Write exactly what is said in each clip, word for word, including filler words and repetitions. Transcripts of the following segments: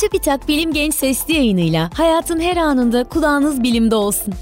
Çubitak Bilim Genç Sesli yayınıyla hayatın her anında kulağınız bilimde olsun.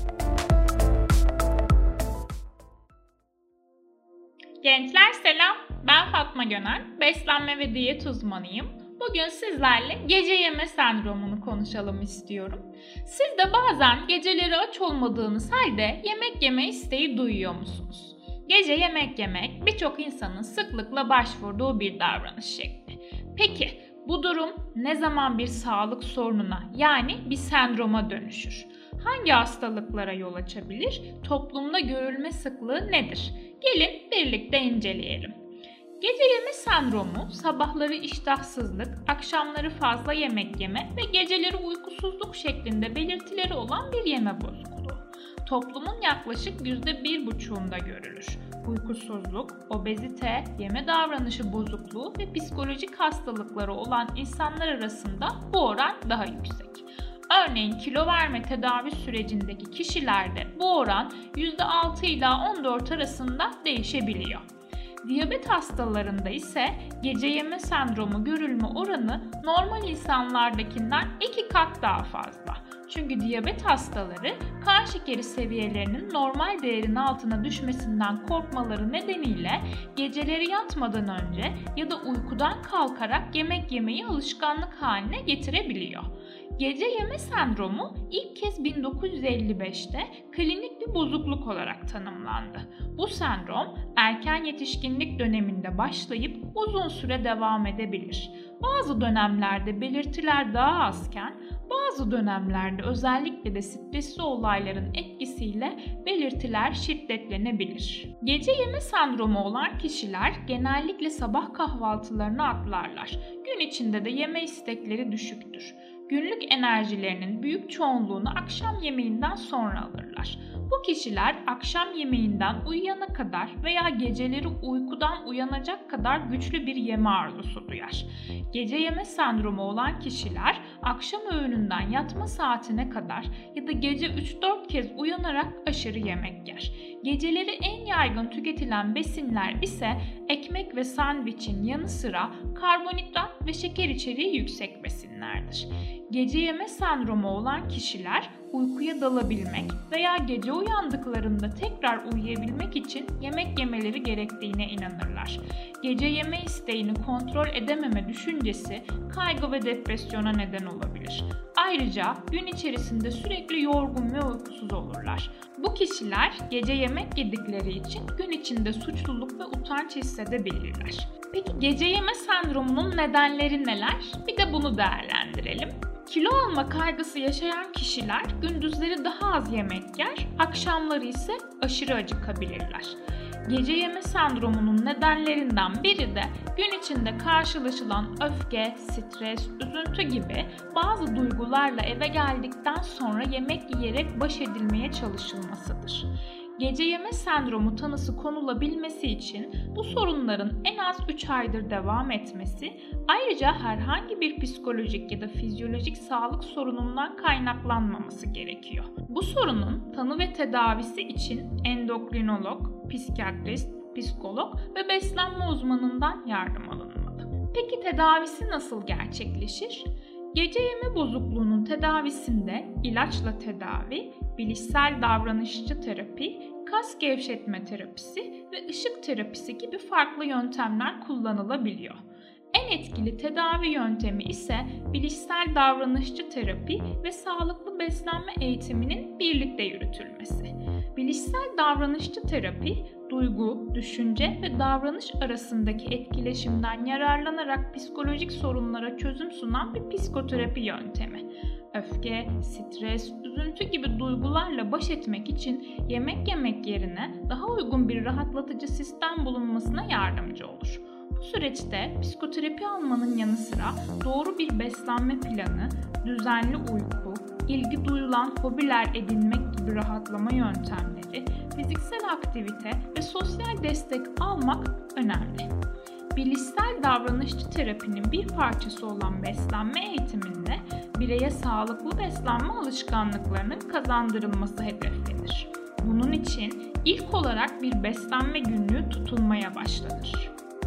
Gençler selam, ben Fatma Gönel, beslenme ve diyet uzmanıyım. Bugün sizlerle gece yeme sendromunu konuşalım istiyorum. Siz de bazen geceleri aç olmadığınız halde yemek yeme isteği duyuyor musunuz? Gece yemek yemek birçok insanın sıklıkla başvurduğu bir davranış şekli. Peki bu durum ne zaman bir sağlık sorununa yani bir sendroma dönüşür? Hangi hastalıklara yol açabilir? Toplumda görülme sıklığı nedir? Gelin birlikte inceleyelim. Gece yeme sendromu, sabahları iştahsızlık, akşamları fazla yemek yeme ve geceleri uykusuzluk şeklinde belirtileri olan bir yeme bozukluğu. Toplumun yaklaşık yüzde bir buçuğunda görülür. Uykusuzluk, obezite, yeme davranışı bozukluğu ve psikolojik hastalıkları olan insanlar arasında bu oran daha yüksek. Örneğin kilo verme tedavi sürecindeki kişilerde bu oran yüzde altı ila on dört arasında değişebiliyor. Diyabet hastalarında ise gece yeme sendromu görülme oranı normal insanlardakinden iki kat daha fazla. Çünkü diyabet hastaları kan şekeri seviyelerinin normal değerin altına düşmesinden korkmaları nedeniyle geceleri yatmadan önce ya da uykudan kalkarak yemek yemeyi alışkanlık haline getirebiliyor. Gece yeme sendromu ilk kez bin dokuz yüz elli beşte klinik bir bozukluk olarak tanımlandı. Bu sendrom erken yetişkinlik döneminde başlayıp uzun süre devam edebilir. Bazı dönemlerde belirtiler daha azken, bazı dönemlerde özellikle de stresli olayların etkisiyle belirtiler şiddetlenebilir. Gece yeme sendromu olan kişiler genellikle sabah kahvaltılarını atlarlar. Gün içinde de yeme istekleri düşüktür. Günlük enerjilerinin büyük çoğunluğunu akşam yemeğinden sonra alırlar. Bu kişiler akşam yemeğinden uyuyana kadar veya geceleri uykudan uyanacak kadar güçlü bir yeme arzusu duyar. Gece yeme sendromu olan kişiler akşam öğününden yatma saatine kadar ya da gece üç dört kez uyanarak aşırı yemek yer. Geceleri en yaygın tüketilen besinler ise ekmek ve sandviçin yanı sıra karbonhidrat ve şeker içeriği yüksek besinlerdir. Gece yeme sendromu olan kişiler uykuya dalabilmek veya gece uyandıklarında tekrar uyuyabilmek için yemek yemeleri gerektiğine inanırlar. Gece yeme isteğini kontrol edememe düşüncesi kaygı ve depresyona neden olabilir. Ayrıca gün içerisinde sürekli yorgun ve uykusuz olurlar. Bu kişiler gece yemek yedikleri için gün içinde suçluluk ve utanç hissedebilirler. Peki gece yeme sendromunun nedenleri neler? Bir de bunu değerlendirelim. Kilo alma kaygısı yaşayan kişiler gündüzleri daha az yemek yer, akşamları ise aşırı acıkabilirler. Gece yeme sendromunun nedenlerinden biri de gün içinde karşılaşılan öfke, stres, üzüntü gibi bazı duygularla eve geldikten sonra yemek yiyerek baş edilmeye çalışılmasıdır. Gece yeme sendromu tanısı konulabilmesi için bu sorunların en az üç aydır devam etmesi, ayrıca herhangi bir psikolojik ya da fizyolojik sağlık sorunundan kaynaklanmaması gerekiyor. Bu sorunun tanı ve tedavisi için endokrinolog, psikiyatrist, psikolog ve beslenme uzmanından yardım alınmalı. Peki tedavisi nasıl gerçekleşir? Gece yeme bozukluğunun tedavisinde ilaçla tedavi, bilişsel davranışçı terapi, kas gevşetme terapisi ve ışık terapisi gibi farklı yöntemler kullanılabiliyor. En etkili tedavi yöntemi ise bilişsel davranışçı terapi ve sağlıklı beslenme eğitiminin birlikte yürütülmesi. Bilişsel davranışçı terapi, duygu, düşünce ve davranış arasındaki etkileşimden yararlanarak psikolojik sorunlara çözüm sunan bir psikoterapi yöntemi. Öfke, stres, üzüntü gibi duygularla baş etmek için yemek yemek yerine daha uygun bir rahatlatıcı sistem bulunmasına yardımcı olur. Bu süreçte psikoterapi almanın yanı sıra doğru bir beslenme planı, düzenli uyku, ilgi duyulan hobiler edinmek gibi rahatlama yöntemleri, fiziksel aktivite ve sosyal destek almak önemli. Bilişsel davranışçı terapinin bir parçası olan beslenme eğitiminde bireye sağlıklı beslenme alışkanlıklarının kazandırılması hedeflenir. Bunun için ilk olarak bir beslenme günlüğü tutulmaya başlanır.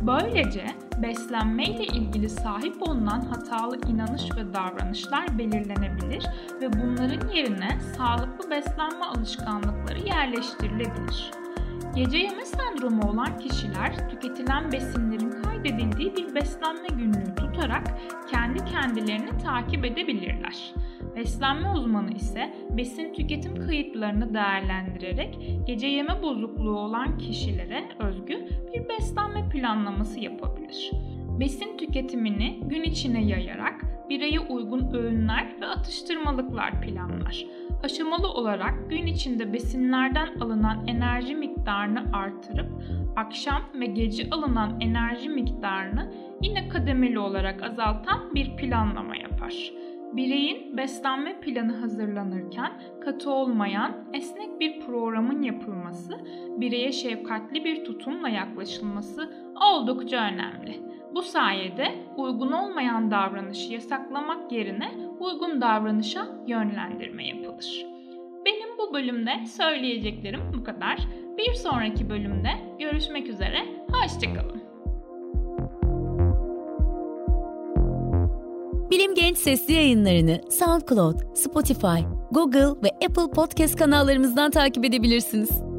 Böylece beslenme ile ilgili sahip olunan hatalı inanış ve davranışlar belirlenebilir ve bunların yerine sağlıklı beslenme alışkanlıkları yerleştirilebilir. Gece yeme sendromu olan kişiler tüketilen besinlerin kaydedildiği bir beslenme günlüğü tutarak kendi kendilerini takip edebilirler. Beslenme uzmanı ise besin tüketim kayıtlarını değerlendirerek gece yeme bozukluğu olan kişilere özgü bir beslenme planlaması yapabilir. Besin tüketimini gün içine yayarak bireye uygun öğünler ve atıştırmalıklar planlar. Aşamalı olarak gün içinde besinlerden alınan enerji miktarını artırıp akşam ve gece alınan enerji miktarını yine kademeli olarak azaltan bir planlama yapar. Bireyin beslenme planı hazırlanırken katı olmayan esnek bir programın yapılması, bireye şefkatli bir tutumla yaklaşılması oldukça önemli. Bu sayede uygun olmayan davranışı yasaklamak yerine uygun davranışa yönlendirme yapılır. Benim bu bölümde söyleyeceklerim bu kadar. Bir sonraki bölümde görüşmek üzere, hoşça kalın. Bilim Genç sesli yayınlarını SoundCloud, Spotify, Google ve Apple Podcast kanallarımızdan takip edebilirsiniz.